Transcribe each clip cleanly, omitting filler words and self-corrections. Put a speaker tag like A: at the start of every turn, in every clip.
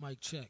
A: Mic check.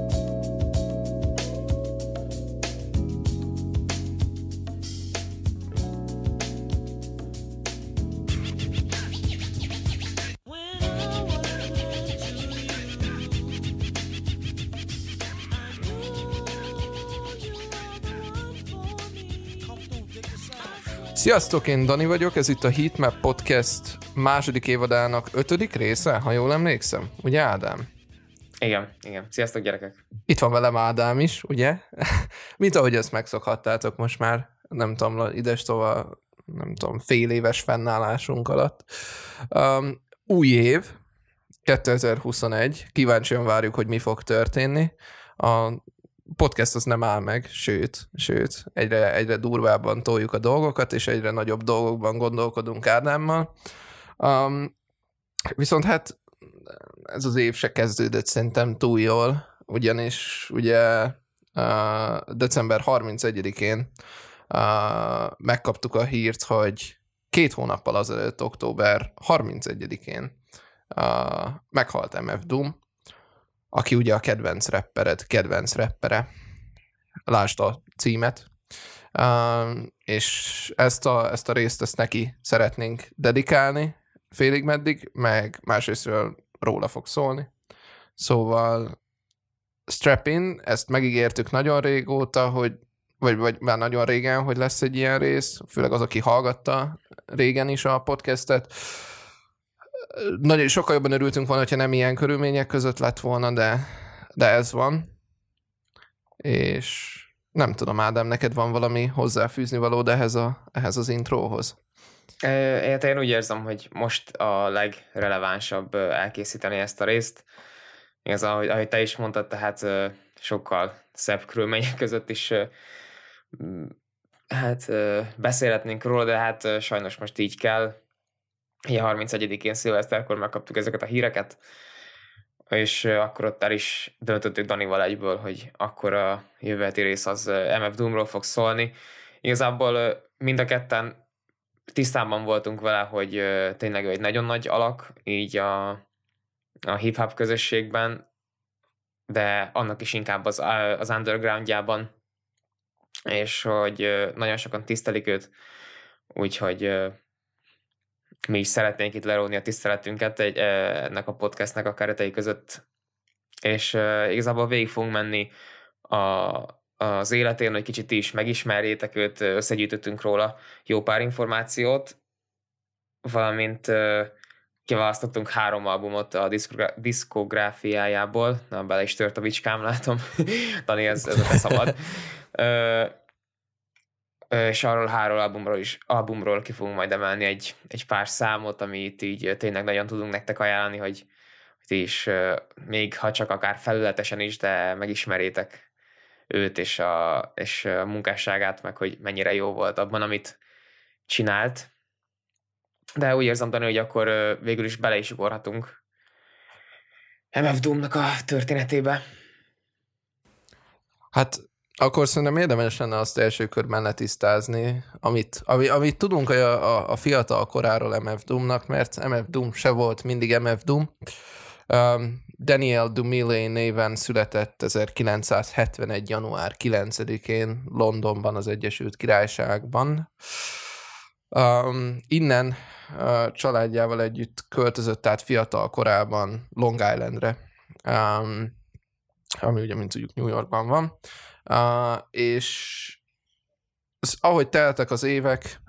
B: Sziasztok, én Dani vagyok, ez itt a Heatmap Podcast második évadának 5. része, ha jól emlékszem. Ugye, Ádám?
C: Igen. Sziasztok, gyerekek!
B: Itt van velem Ádám is, ugye? Mint ahogy ezt megszokhattátok most már, nem tudom, idestova, nem tudom, fél éves fennállásunk alatt. Új év, 2021, kíváncsian várjuk, hogy mi fog történni. A podcast az nem áll meg, sőt, egyre durvábban toljuk a dolgokat, és egyre nagyobb dolgokban gondolkodunk Ádámmal. Viszont hát ez az év se kezdődött szerintem túl jól, ugyanis ugye december 31-én megkaptuk a hírt, hogy 2 hónappal azelőtt, október 31-én meghalt MF Doom, aki ugye a kedvenc rappere, lásd a címet, és ezt a részt neki szeretnénk dedikálni félig meddig, meg másrésztről róla fog szólni. Szóval strap in, ezt megígértük nagyon régóta, hogy vagy már nagyon régen, hogy lesz egy ilyen rész, főleg az, aki hallgatta régen is a podcastet. Nagyon sokkal jobban örültünk volna, hogyha nem ilyen körülmények között lett volna, de ez van. És nem tudom, Ádám, neked van valami hozzáfűzni valód ehhez az intróhoz?
C: Én úgy érzem, hogy most a legrelevánsabb elkészíteni ezt a részt. Igaz, ahogy te is mondtad, tehát sokkal szebb körülmények között is beszélhetnénk róla, de hát sajnos most így kell. Ugye 31-én szilveszterkor megkaptuk ezeket a híreket, és akkor ott el is döntöttük Danival egyből, hogy akkor a jövő heti rész az MF Doomról fog szólni. Igazából mind a ketten tisztában voltunk vele, hogy tényleg egy nagyon nagy alak, így a hip-hop közösségben, de annak is inkább az undergroundjában, és hogy nagyon sokan tisztelik őt, úgyhogy mi is szeretnénk itt leróni a tiszteletünket ennek a podcastnek a keretei között, és igazából végig fogunk menni az életén, hogy kicsit is megismerjétek őt, összegyűjtöttünk róla jó pár információt, valamint kiválasztottunk 3 albumot a diszkográfiájából. Na, bele is tört a bicskám, látom. Dani, ez a te szabad. És arról 3 albumról ki fogunk majd emelni egy pár számot, amit így tényleg nagyon tudunk nektek ajánlani, hogy ti is, még ha csak akár felületesen is, de megismerjétek őt és a munkásságát, meg hogy mennyire jó volt abban, amit csinált. De úgy érzem, Dani, hogy akkor végül is bele is ugorhatunk MF Doomnak a történetébe.
B: Hát akkor szerintem érdemes lenne azt első körben letisztázni, amit tudunk a fiatal koráról MF Doomnak, mert MF Doom se volt mindig MF Doom. Daniel Dumile néven született 1971. január 9-én Londonban, az Egyesült Királyságban. Innen családjával együtt költözött át fiatal korában Long Islandre, ami ugye, mint tudjuk, New Yorkban van. És ahogy teltek az évek,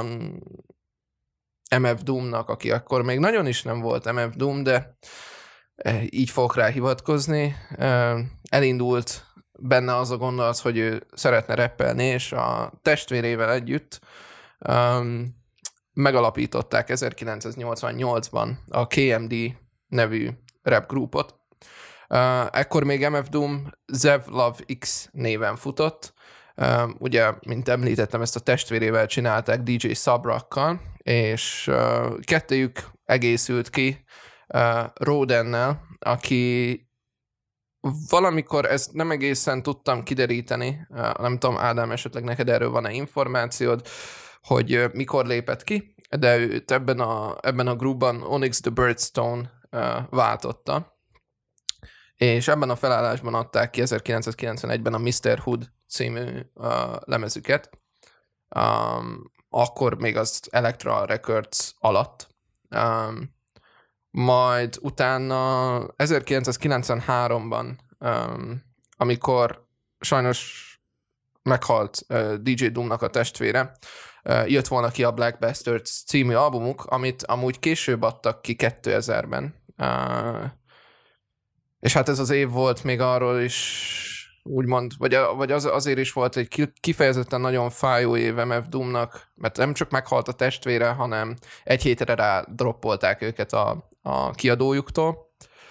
B: MF Doomnak, aki akkor még nagyon is nem volt MF Doom, de így fogok rá hivatkozni, elindult benne az a gondolat, hogy ő szeretne rappelni, és a testvérével együtt megalapították 1988-ban a KMD nevű rap grupot. Ekkor még MF Doom Zev Love X néven futott. Ugye, mint említettem, ezt a testvérével csinálták DJ Sabrakkal, és kettőjük egészült ki Rodennel, aki valamikor, ezt nem egészen tudtam kideríteni, nem tudom, Ádám, esetleg neked erről van-e információd, hogy mikor lépett ki, de őt ebben a groupban Onyx the Birdstone váltotta. és ebben a felállásban adták ki 1991-ben a Mr. Hood című lemezüket, akkor még az Elektra Records alatt. Majd utána 1993-ban, amikor sajnos meghalt DJ Doomnak a testvére, jött volna ki a Black Bastards című albumuk, amit amúgy később adtak ki 2000-ben. És hát ez az év volt még arról is, úgymond, vagy azért is volt egy kifejezetten nagyon fájó év MF Doomnak, mert nem csak meghalt a testvére, hanem egy hétre rá droppolták őket a kiadójuktól.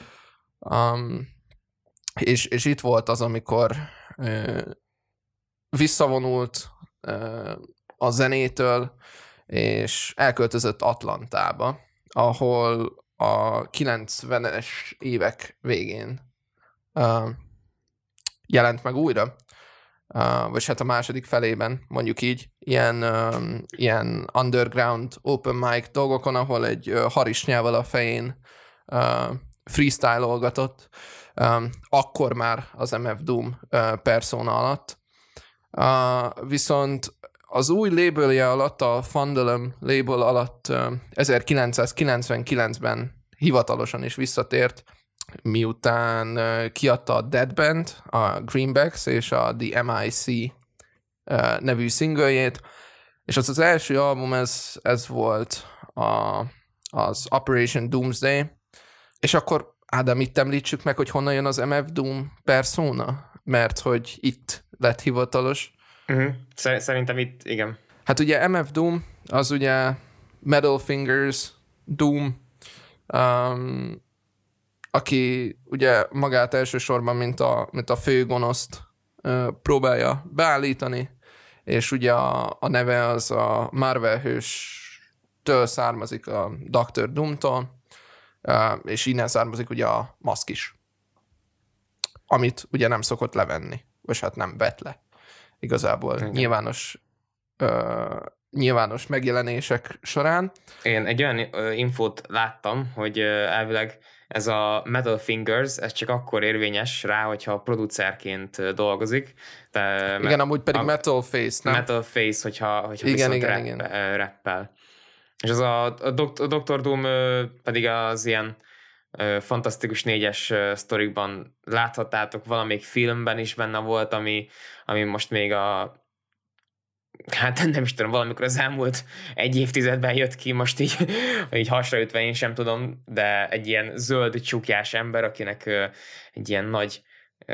B: És itt volt az, amikor visszavonult a zenétől, és elköltözött Atlantába, ahol a 90-es évek végén jelent meg újra, vagy hát a második felében, mondjuk így, ilyen underground open mic dolgokon, ahol egy harisnyával a fején freestyle-olgatott, akkor már az MF Doom persona alatt. Viszont az új labelje alatt, a Fandom label alatt 1999-ben hivatalosan is visszatért, miután kiadta a Dead Band, a Greenbacks és a The MIC nevű singljét, és az első album ez volt az Operation Doomsday, és akkor Ádám, itt említsük meg, hogy honnan jön az MF Doom persona, mert hogy itt lett hivatalos.
C: Szerintem itt, igen.
B: Hát ugye MF Doom, az ugye Metal Fingers Doom, aki ugye magát elsősorban, mint a főgonoszt próbálja beállítani, és ugye a neve az a Marvel hőstől származik, a Dr. Doomtól, és innen származik ugye a maszk is, amit ugye nem szokott levenni, vagy hát nem vett le igazából nyilvános megjelenések során.
C: Én egy olyan infót láttam, hogy elvileg ez a Metal Fingers, ez csak akkor érvényes rá, hogyha producerként dolgozik.
B: Igen, amúgy pedig Metal Face, nem?
C: Metal Face, hogyha viszont rappel. És az a Dr. Doom pedig az ilyen fantasztikus 4-es sztorikban láthattátok, valamelyik filmben is benne volt, ami most még hát nem is tudom, valamikor az elmúlt egy évtizedben jött ki, most így hasraütve én sem tudom, de egy ilyen zöld csukjás ember, akinek egy ilyen nagy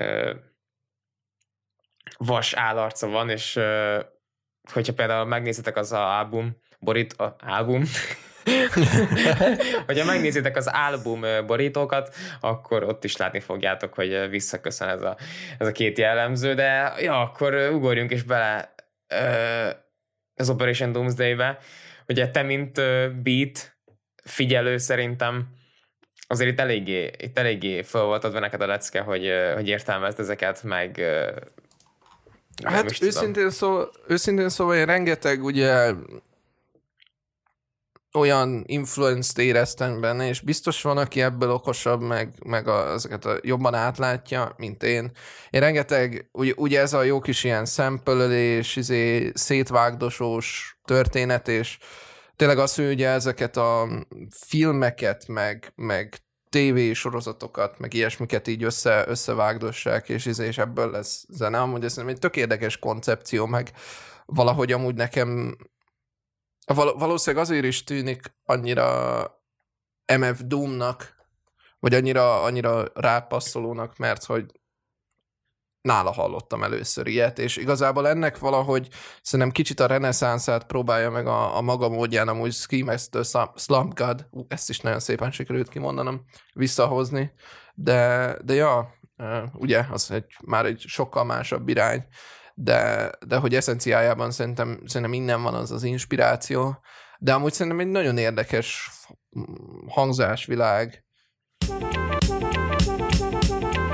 C: vas állarca van, és hogyha például megnézitek az album, hogyha megnézitek az album borítókat, akkor ott is látni fogjátok, hogy visszaköszön ez a két jellemző, de ja, akkor ugorjunk is bele az Operation Doomsday-be. Ugye te, mint beat figyelő, szerintem azért itt eléggé fel volt adva neked a lecke, hogy értelmezd ezeket, meg
B: hát őszintén szóval én rengeteg ugye olyan influence-t éreztem benne, és biztos van, aki ebből okosabb, meg ezeket jobban átlátja, mint én. Én rengeteg, ugye ez a jó kis ilyen szempölölés, szétvágdosós történet, és tényleg az, hogy ugye ezeket a filmeket, meg tévésorozatokat, meg ilyesmiket így összevágdossák, és ebből lesz zene. Amúgy ez egy tök érdekes koncepció, meg valahogy amúgy nekem valószínűleg azért is tűnik annyira MF Doomnak, vagy annyira rápasszolónak, mert hogy nála hallottam először ilyet, és igazából ennek valahogy szerintem kicsit a reneszánszát próbálja meg a maga módján, amúgy Ski Master Slump God, ezt is nagyon szépen sikerült kimondanom, visszahozni, de ja, ugye, az már egy sokkal másabb irány, de hogy eszenciájában szerintem innen van az inspiráció, de amúgy szerintem egy nagyon érdekes hangzásvilág.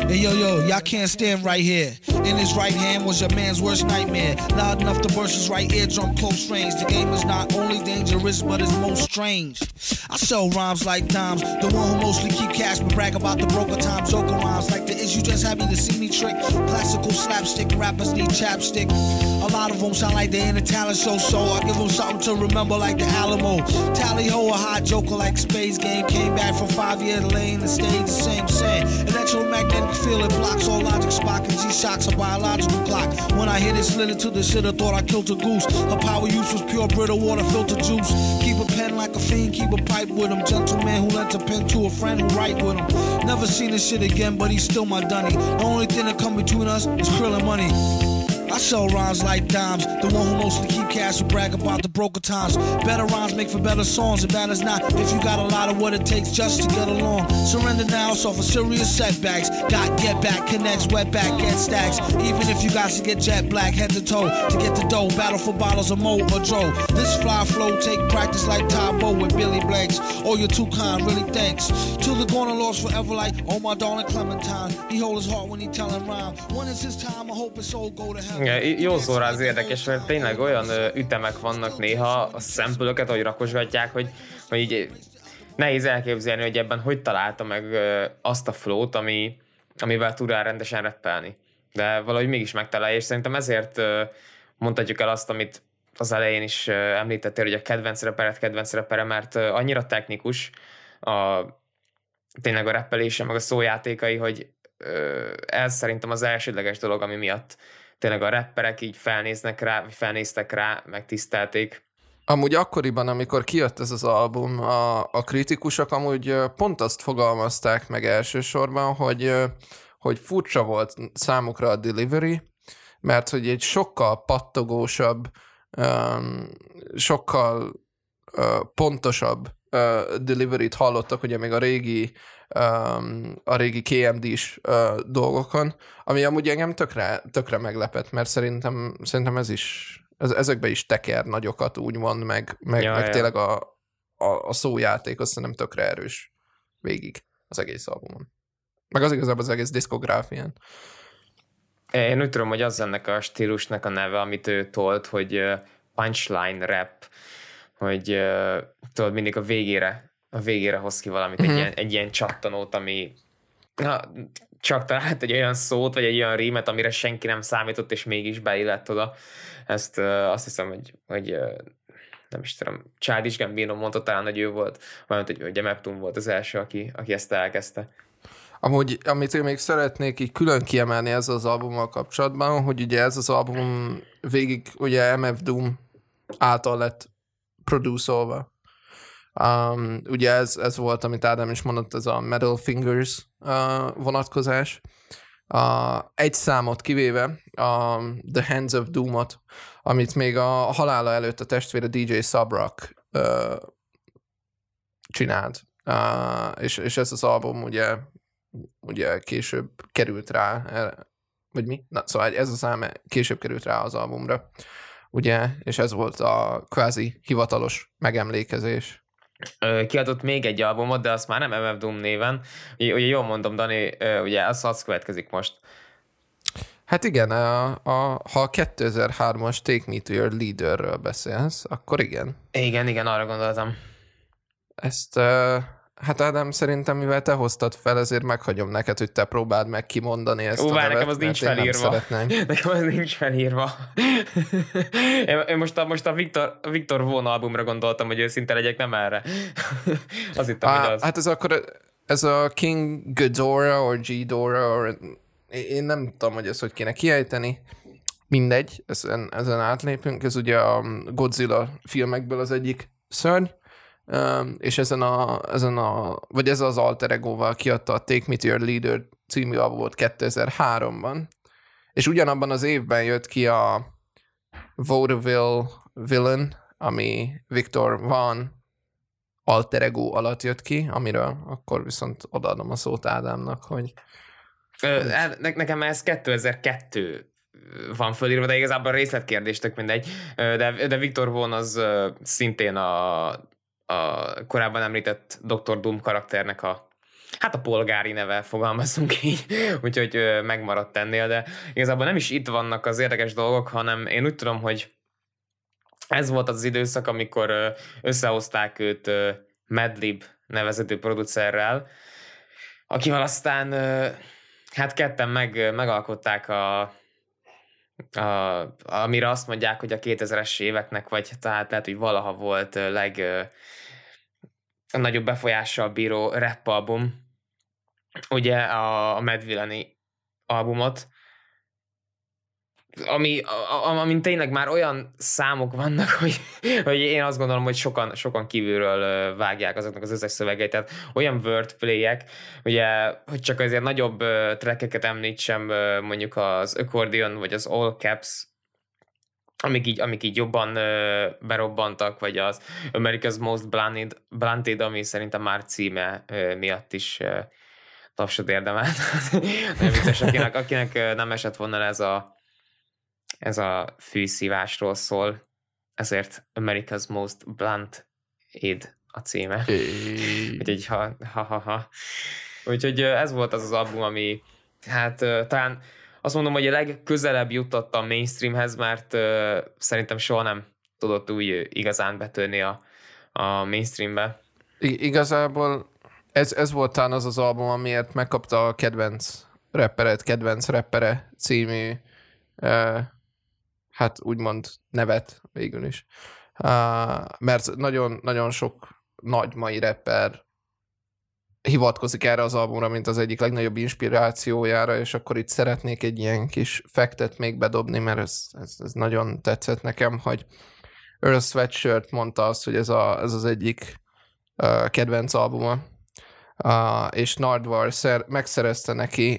A: Hey, yo, y'all can't stand right here. In his right hand was your man's worst nightmare. Loud enough to burst his right eardrum close range. The game is not only dangerous, but it's most strange. I sell rhymes like dimes. The one who mostly keep cash but brag about the broker time. Joker rhymes like the is you just happy to see me trick. Classical slapstick, rappers need chapstick. A lot of them sound like they're in a talent show, so I give them something to remember like the Alamo. Tally ho, a hot joker like Space Game. Came back from 5 years laying the stage, the same sand. Electromagnetic field, it blocks all logic, Spock and G-Shock's a biological clock. When I hit it, slid it to the shit, I thought I killed a goose. Her power use was pure Brita water, filter juice. Keep a pen like a fiend, keep a pipe with him. Gentleman who lent a pen to a friend who write with him. Never seen this shit again, but he's still my dunny. The only thing that come between us is krill and money. I sell rhymes like dimes. The one who mostly keep cash and brag about the broker times. Better rhymes make for better songs. If bad as not, if you got a lot of what it takes just to get along. Surrender now, suffer serious setbacks. Got get back, connects, wet back, get stacks. Even if you got to get jet black, head to toe to get the dough. Battle for bottles of Mo or Joe. This fly flow take practice like Tybo with Billy Blanks. Oh, you're too kind, really thanks. To the corner lost forever like, oh my darling Clementine. He hold his heart when he tellin' rhyme. When is his time, I hope his soul go to hell.
C: Jó szóra az érdekes, mert tényleg olyan ütemek vannak néha a szempülöket, ahogy rakosgatják, hogy így nehéz elképzelni, hogy ebben hogy találta meg azt a flow-t, amivel tud rá rendesen rappelni. De valahogy mégis megtalálja, és szerintem ezért mondhatjuk el azt, amit az elején is említettél, hogy a kedvenc rappere, mert annyira technikus tényleg a rappelése, meg a szójátékai, hogy ez szerintem az elsődleges dolog, ami miatt tényleg a rapperek így felnéztek rá, meg tisztelték.
B: Amúgy akkoriban, amikor kijött ez az album, a kritikusok amúgy pont azt fogalmazták meg elsősorban, hogy furcsa volt számukra a delivery, mert hogy egy sokkal pattogósabb, sokkal pontosabb delivery-t hallottak, ugye még a régi KMD-s dolgokon, ami amúgy engem tökre meglepett, mert szerintem ezekbe is teker nagyokat úgymond, meg tényleg a szójáték azt szerintem tökre erős végig az egész albumon. Meg az igazából az egész diszkográfián.
C: Én úgy tudom, hogy az ennek a stílusnak a neve, amit ő tolt, hogy punchline rap, hogy tudod, mindig a végére hoz ki valamit, egy ilyen csattanót, ami csak talált egy olyan szót, vagy egy olyan rímet, amire senki nem számított, és mégis beillett oda. Ezt azt hiszem, hogy nem is tudom, Childish Gambino mondta talán, hogy ő volt, valamint, hogy Neptune volt az első, aki ezt elkezdte.
B: Amúgy, amit én még szeretnék így külön kiemelni ezzel az albummal kapcsolatban, hogy ugye ez az album végig ugye MF Doom által lett producerolva. Ugye ez volt, amit Ádám is mondott, ez a Metal Fingers vonatkozás. Egy számot kivéve, The Hands of Doom-ot, amit még a halála előtt a testvére DJ Subrock csinált. És ez az album ugye később került rá, vagy mi? Na, szóval ez a szám később került rá az albumra, ugye, és ez volt a kvázi hivatalos megemlékezés.
C: Kiadott még egy albumot, de azt már nem MF Doom néven. Ugye jól mondom, Dani, ugye az következik most.
B: Hát igen, ha a 2003-as Take Me to Your Leaderről beszélsz, akkor igen.
C: Igen, arra gondoltam.
B: Ezt, hát Ádám, szerintem mivel te hoztad fel, ezért meghagyom neked, hogy te próbáld meg kimondani ezt a nevet,
C: nekem az nincs felírva. Nekem az nincs felírva. Én most a Victor Von albumra gondoltam, hogy őszinte legyek, nem erre. Azt hittem, hogy az.
B: Hát ez a King Ghidorah, or Ghidorah, én nem tudom, hogy ezt hogy kéne kiejteni. Mindegy, ezen átlépünk. Ez ugye a Godzilla filmekből az egyik szörny. És ez az alter egóval kiadta a Take Me to Your Leader című albumot 2003-ban, és ugyanabban az évben jött ki a Vaudeville Villain, ami Victor Von alter ego alatt jött ki, amiről akkor viszont odaadom a szót Ádámnak, hogy...
C: Nekem ez 2002 van fölírva, de igazából részletkérdés, tök mindegy. De Victor Von az szintén a korábban említett Dr. Doom karakternek Hát a polgári neve, fogalmazunk így, úgyhogy megmaradt ennél, de igazából nem is itt vannak az érdekes dolgok, hanem én úgy tudom, hogy ez volt az időszak, amikor összehozták őt Madlib nevezetű producerrel, akivel aztán hát ketten megalkották amire azt mondják, hogy a 2000-es éveknek, vagy tehát lehet, hogy valaha volt nagyobb befolyással bíró rap album, ugye a Mad Villainy albumot, amin tényleg már olyan számok vannak, hogy én azt gondolom, hogy sokan kívülről vágják azoknak az összes szövegeit, tehát olyan wordplay-ek, ugye, hogy csak azért nagyobb trackeket említsem, mondjuk az Accordion, vagy az All Caps, amik így jobban berobbantak, vagy az America's Most Blunted, ami szerintem már címe miatt is tapsot érdemelt. Nagyon vicces, akinek nem esett volna ez a fűszívásról szól, ezért America's Most Blunted a címe. Úgyhogy Úgyhogy ez volt az album, ami hát talán azt mondom, hogy a legközelebb jutott a mainstreamhez, mert szerintem soha nem tudott úgy igazán betörni a mainstreambe.
B: Igazából ez volt talán az album, amiért megkapta a kedvenc rappere című hát úgymond nevet végül is. Mert nagyon, nagyon sok nagy mai rapper hivatkozik erre az albumra, mint az egyik legnagyobb inspirációjára, és akkor itt szeretnék egy ilyen kis faktet még bedobni, mert ez nagyon tetszett nekem, hogy Earl Sweatshirt mondta azt, hogy ez az egyik kedvenc albuma, és Nardwuar megszerezte neki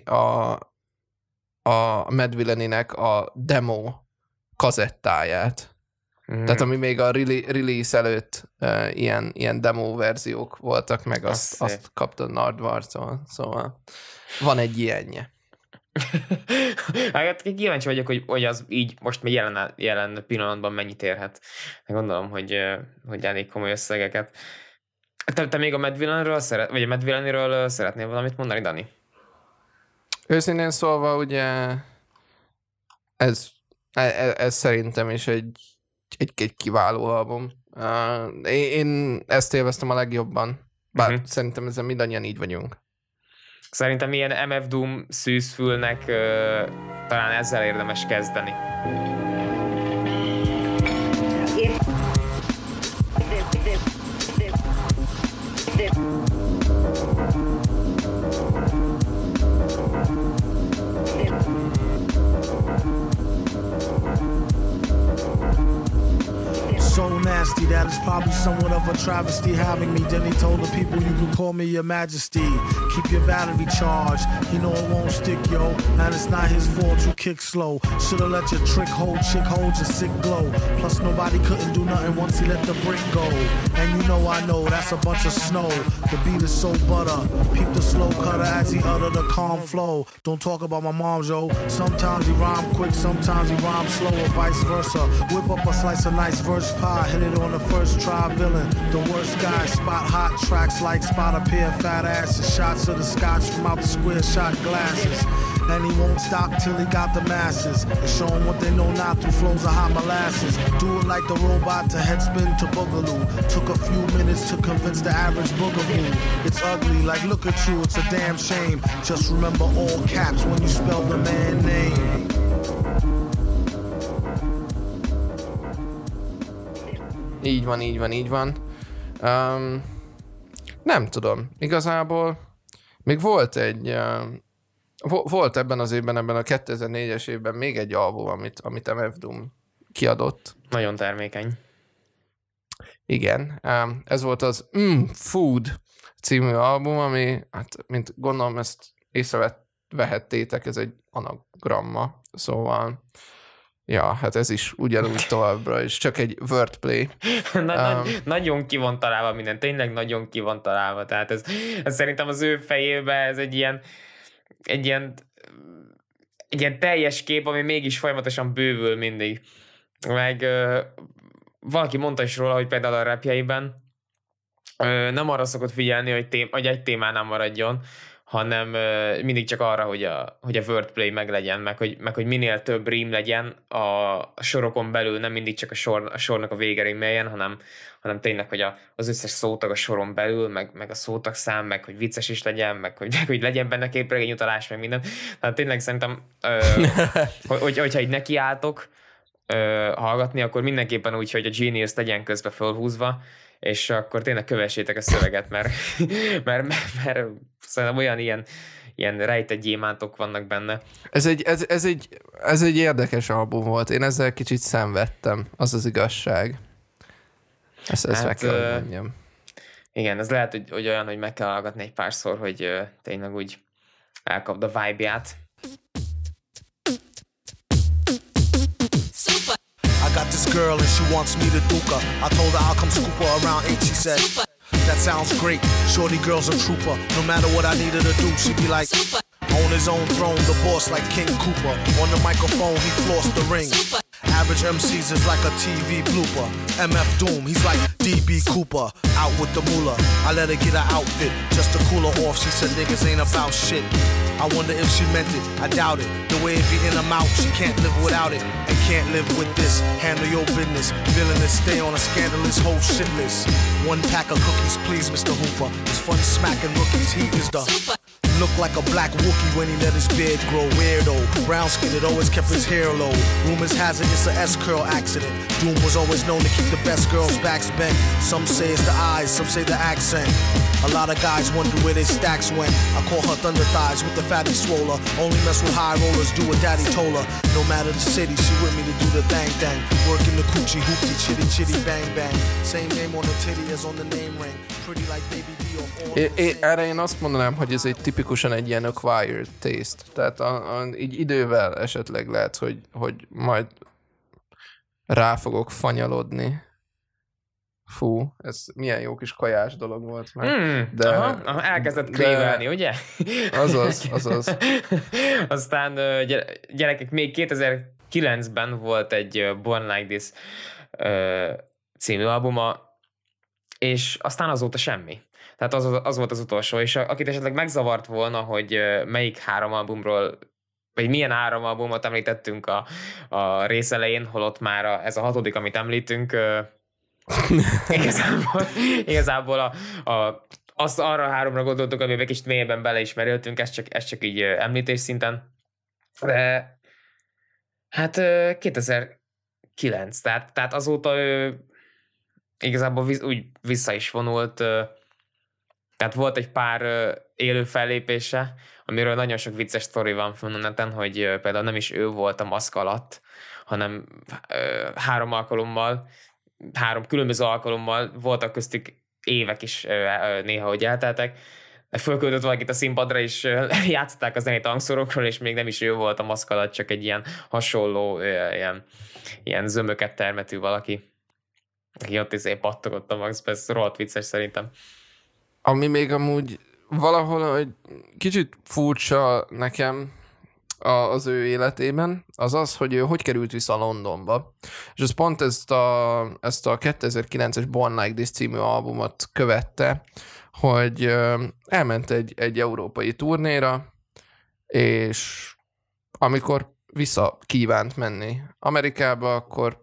B: a Mad Villainy-nek a demo kazettáját. Tehát ami még a release előtt ilyen demo verziók voltak, meg azt kapta Nardwuar-tól. Szóval van egy ilyenje.
C: Hát kíváncsi vagyok, hogy az így most még jelen pillanatban mennyit érhet. Gondolom, hogy elég komoly összegeket. Te még a Mad Villainy-ről szeretnél valamit mondani, Dani? Őszintén
B: szólva, ugye ez szerintem is egy kiváló album. Én ezt élveztem a legjobban, bár szerintem ezzel mindannyian így vagyunk.
C: Szerintem ilyen MF Doom szűzfülnek talán ezzel érdemes kezdeni.
A: So nasty that it's probably somewhat of a travesty having me. Then he told the people you can call me your majesty. Keep your battery charged, you know it won't stick, yo. And it's not his fault you kick slow. Should've let your chick hold your sick glow. Plus nobody couldn't do nothing once he let the brick go. And you know I know that's a bunch of snow. The beat is so butter. Peep the slow cutter as he utter the calm flow. Don't talk about my mom, yo. Sometimes he rhyme quick, sometimes he rhyme slow, or vice versa. Whip up a slice of nice verse pie, hit it on the first try, villain. The worst guy, spot hot tracks like spot a pair of fat asses. Shots of the scotch from out the square shot glasses. And he won't stop till he got the masses. And show them what they know now through flows of hot molasses. Do it like the robot to headspin to boogaloo. Took a few minutes to convince the average boogaloo. It's ugly, like look at you, it's a damn shame. Just remember all caps when you spell the man name.
B: Így van. Nem tudom. Igazából még volt volt ebben az évben, ebben a 2004-es évben még egy album, amit MF Doom kiadott.
C: Nagyon termékeny.
B: Igen. Ez volt az Food című album, ami, hát, mint gondolom ezt észrevehettétek, ez egy anagramma. Szóval ja, hát ez is ugyanúgy továbbra is, csak egy wordplay.
C: Nagyon ki van találva minden, tényleg nagyon ki van találva. Tehát ez szerintem az ő fejében ez egy ilyen teljes kép, ami mégis folyamatosan bővül mindig. Meg valaki mondta is róla, hogy például a rapjeiben Nem arra szokott figyelni, hogy egy témánál maradjon, hanem mindig csak arra, hogy a wordplay meglegyen, meg hogy minél több rím legyen a sorokon belül, nem mindig csak a sornak a vége rímeljen, hanem tényleg, hogy az összes szótag a soron belül, meg a szótagszám, meg hogy vicces is legyen, meg hogy legyen benne képregény utalás, meg minden. Tehát tényleg szerintem, hogyha így nekiálltok hallgatni, akkor mindenképpen úgy, hogy a Genius legyen közben fölhúzva, és akkor tényleg kövessétek a szöveget, mert szerintem olyan ilyen rejtett gyémántok vannak benne.
B: Ez egy érdekes album volt. Én ezzel kicsit szenvedtem, az igazság. Ezt meg kell, hogy mondjam.
C: Igen, ez lehet, hogy olyan, hogy meg kell hallgatni egy párszor, hogy tényleg úgy elkapd a vibe-ját.
A: I got this girl and she wants me to duke her. I told her I'll come scoop her around 8. She said, that sounds great. Shorty girl's a trooper. No matter what I needed to do, she'd be like, on his own throne, the boss like King Cooper. On the microphone, he flossed the ring. Average MCs is like a TV blooper. MF Doom, he's like DB Cooper. Out with the moolah. I let her get her outfit just to cool her off. She said niggas ain't about shit. I wonder if she meant it. I doubt it. The way it be in her mouth, she can't live without it. And can't live with this. Handle your business. Villainous, stay on a scandalous whole shit list. One pack of cookies, please, Mr. Hooper. It's fun smacking rookies. He is the look like a black Wookie when he let his beard grow. Weirdo. Brown skin, it always kept his hair low. Rumors has it it's a S-curl accident. Doom was always known to keep the best girls' backs bent. Some say it's the eyes, some say the accent. A lot of guys wonder where their stacks went. I call her thunder thighs with the fatty swoller. Only mess with high rollers, do what daddy told her. No matter the city, she with me to do the thang thang. Working the coochie hoopty chitty chitty bang bang. Same name on the titty as on the name ring. Pretty like baby D of all.
B: Erre én azt mondanám, hogy ez egy tipikusan egy ilyen acquired taste. Tehát így idővel esetleg lehet, hogy majd rá fogok fanyalodni. Fú, ez milyen jó kis kajás dolog volt már.
C: Elkezdett krévelni, ugye?
B: Azaz.
C: Aztán gyerekek, még 2009-ben volt egy Born Like This című albuma, és aztán azóta semmi. Tehát az volt az utolsó, és akit esetleg megzavart volna, hogy melyik 3 albumról, vagy milyen 3 albumot említettünk a rész elején, holott már ez a 6., amit említünk, igazából azt arra 3-ra gondoltuk, amiben kicsit mélyebben beleismerültünk, ez csak így említés szinten. De hát 2009, tehát azóta igazából úgy vissza is vonult, tehát volt egy pár élő fellépése, amiről nagyon sok vicces sztori van fönn, hogy például nem is ő volt a maszk alatt, hanem 3 alkalommal, 3 különböző alkalommal voltak köztük évek is néha, hogy elteltek. Fölküldött valakit a színpadra, és játszották a zenét hangszorokról, és még nem is ő volt a maszk alatt, csak egy ilyen hasonló, ilyen zömöket termetű valaki, aki ott pattogott a maxba, ez rohadt vicces szerintem.
B: Ami még amúgy valahol hogy kicsit furcsa nekem az ő életében, az az, hogy ő hogy került vissza Londonba. És ez pont ezt a 2009-es Born Like This című albumot követte, hogy elment egy európai turnéra, és amikor vissza kívánt menni Amerikába, akkor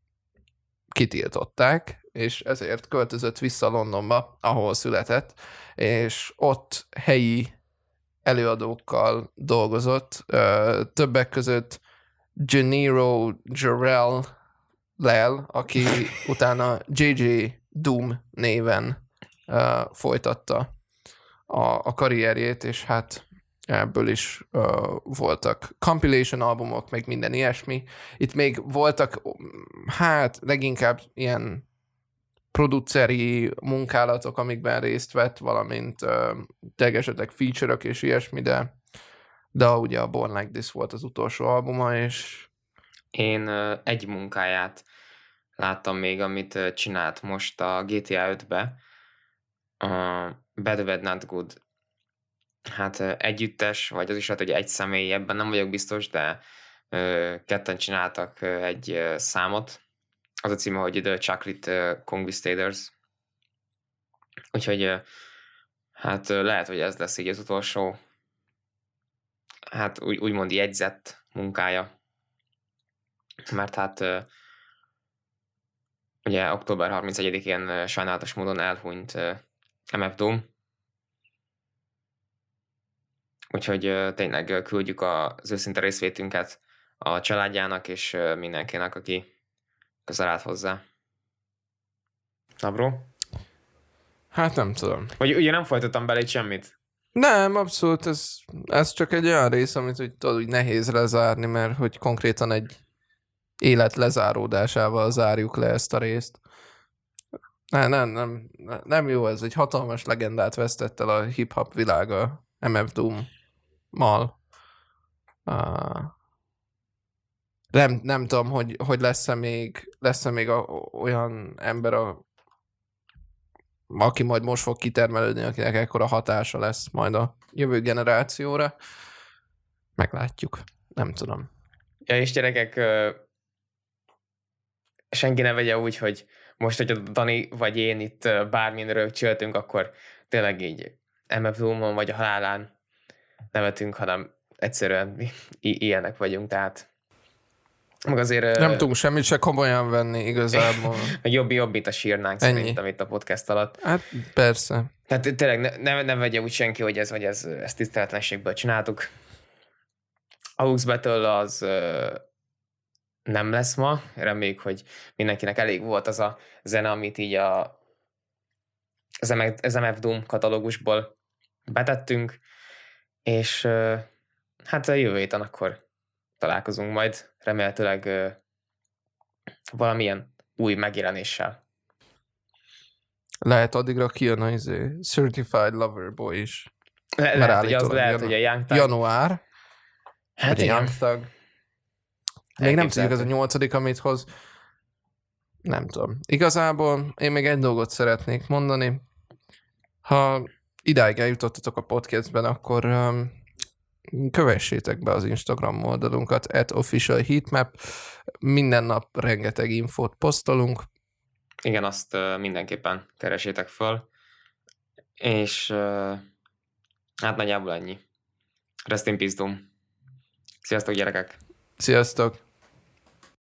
B: kitiltották, és ezért költözött vissza Londonba, ahol született, és ott helyi előadókkal dolgozott, többek között Gennaro Jarrell-lel, aki utána JJ Doom néven folytatta a karrierjét, és hát ebből is voltak compilation albumok, meg minden ilyesmi. Itt még voltak, hát leginkább ilyen produceri munkálatok, amikben részt vett, valamint esetleg feature-ök és ilyesmi, de ugye a Born Like This volt az utolsó albuma, és...
C: Én egy munkáját láttam még, amit csinált most a GTA 5-be, a Bad Bad Not Good. Hát együttes, vagy az is lehet, hogy egy személy, ebben nem vagyok biztos, de ketten csináltak egy számot. Az a címe, hogy The Chocolate Conquistadors. Úgyhogy hát lehet, hogy ez lesz így az utolsó, hát úgymond jegyzett munkája. Mert hát ugye október 31-én sajnálatos módon elhunyt MF Doom. Úgyhogy tényleg küldjük az őszinte részvétünket a családjának és mindenkinek, aki közel állt hozzá. Na bro?
B: Hát nem tudom.
C: Vagy ugye nem folytottam bele itt semmit?
B: Nem, abszolút, ez csak egy olyan rész, amit úgy nehéz lezárni, mert hogy konkrétan egy élet lezáródásával zárjuk le ezt a részt. Nem jó, ez egy hatalmas legendát vesztett el a hip-hop világa MF Doom-mal. Nem tudom, hogy lesz-e még olyan ember, aki majd most fog kitermelődni, akinek ekkora hatása lesz majd a jövő generációra. Meglátjuk. Nem tudom.
C: Ja, és gyerekek, senki ne vegye úgy, hogy most, hogy a Dani vagy én itt bármin rögcsöltünk, akkor tényleg így MF Doom-on vagy a halálán nevetünk, hanem egyszerűen ilyenek vagyunk, tehát meg azért...
B: Nem tudunk semmit se komolyan venni igazából.
C: jobb, mint a sírnánk szerintem itt a podcast alatt.
B: Hát persze.
C: Tehát tényleg ne vegye úgy senki, hogy ez tiszteletlenségből csináltuk. A Hux Battle az nem lesz ma. Reméljük, hogy mindenkinek elég volt az a zene, amit így az MF Doom katalógusból betettünk, és hát a jövő héten akkor találkozunk majd, remélhetőleg valamilyen új megjelenéssel.
B: Lehet addigra kijön a Certified Lover Boy is.
C: Lehet, hogy a Young Thug.
B: Január.
C: Hát
B: a Young Thug. Még nem tudjuk, ez a 8. amit hoz. Nem tudom. Igazából én még egy dolgot szeretnék mondani. Ha idáig eljutottatok a podcastben, akkor kövessétek be az Instagram oldalunkat, @officialheatmap. Minden nap rengeteg infót posztolunk.
C: Igen, azt mindenképpen keresétek föl. És hát nagyjából ennyi. Rest in peace, Doom. Sziasztok, gyerekek!
B: Sziasztok!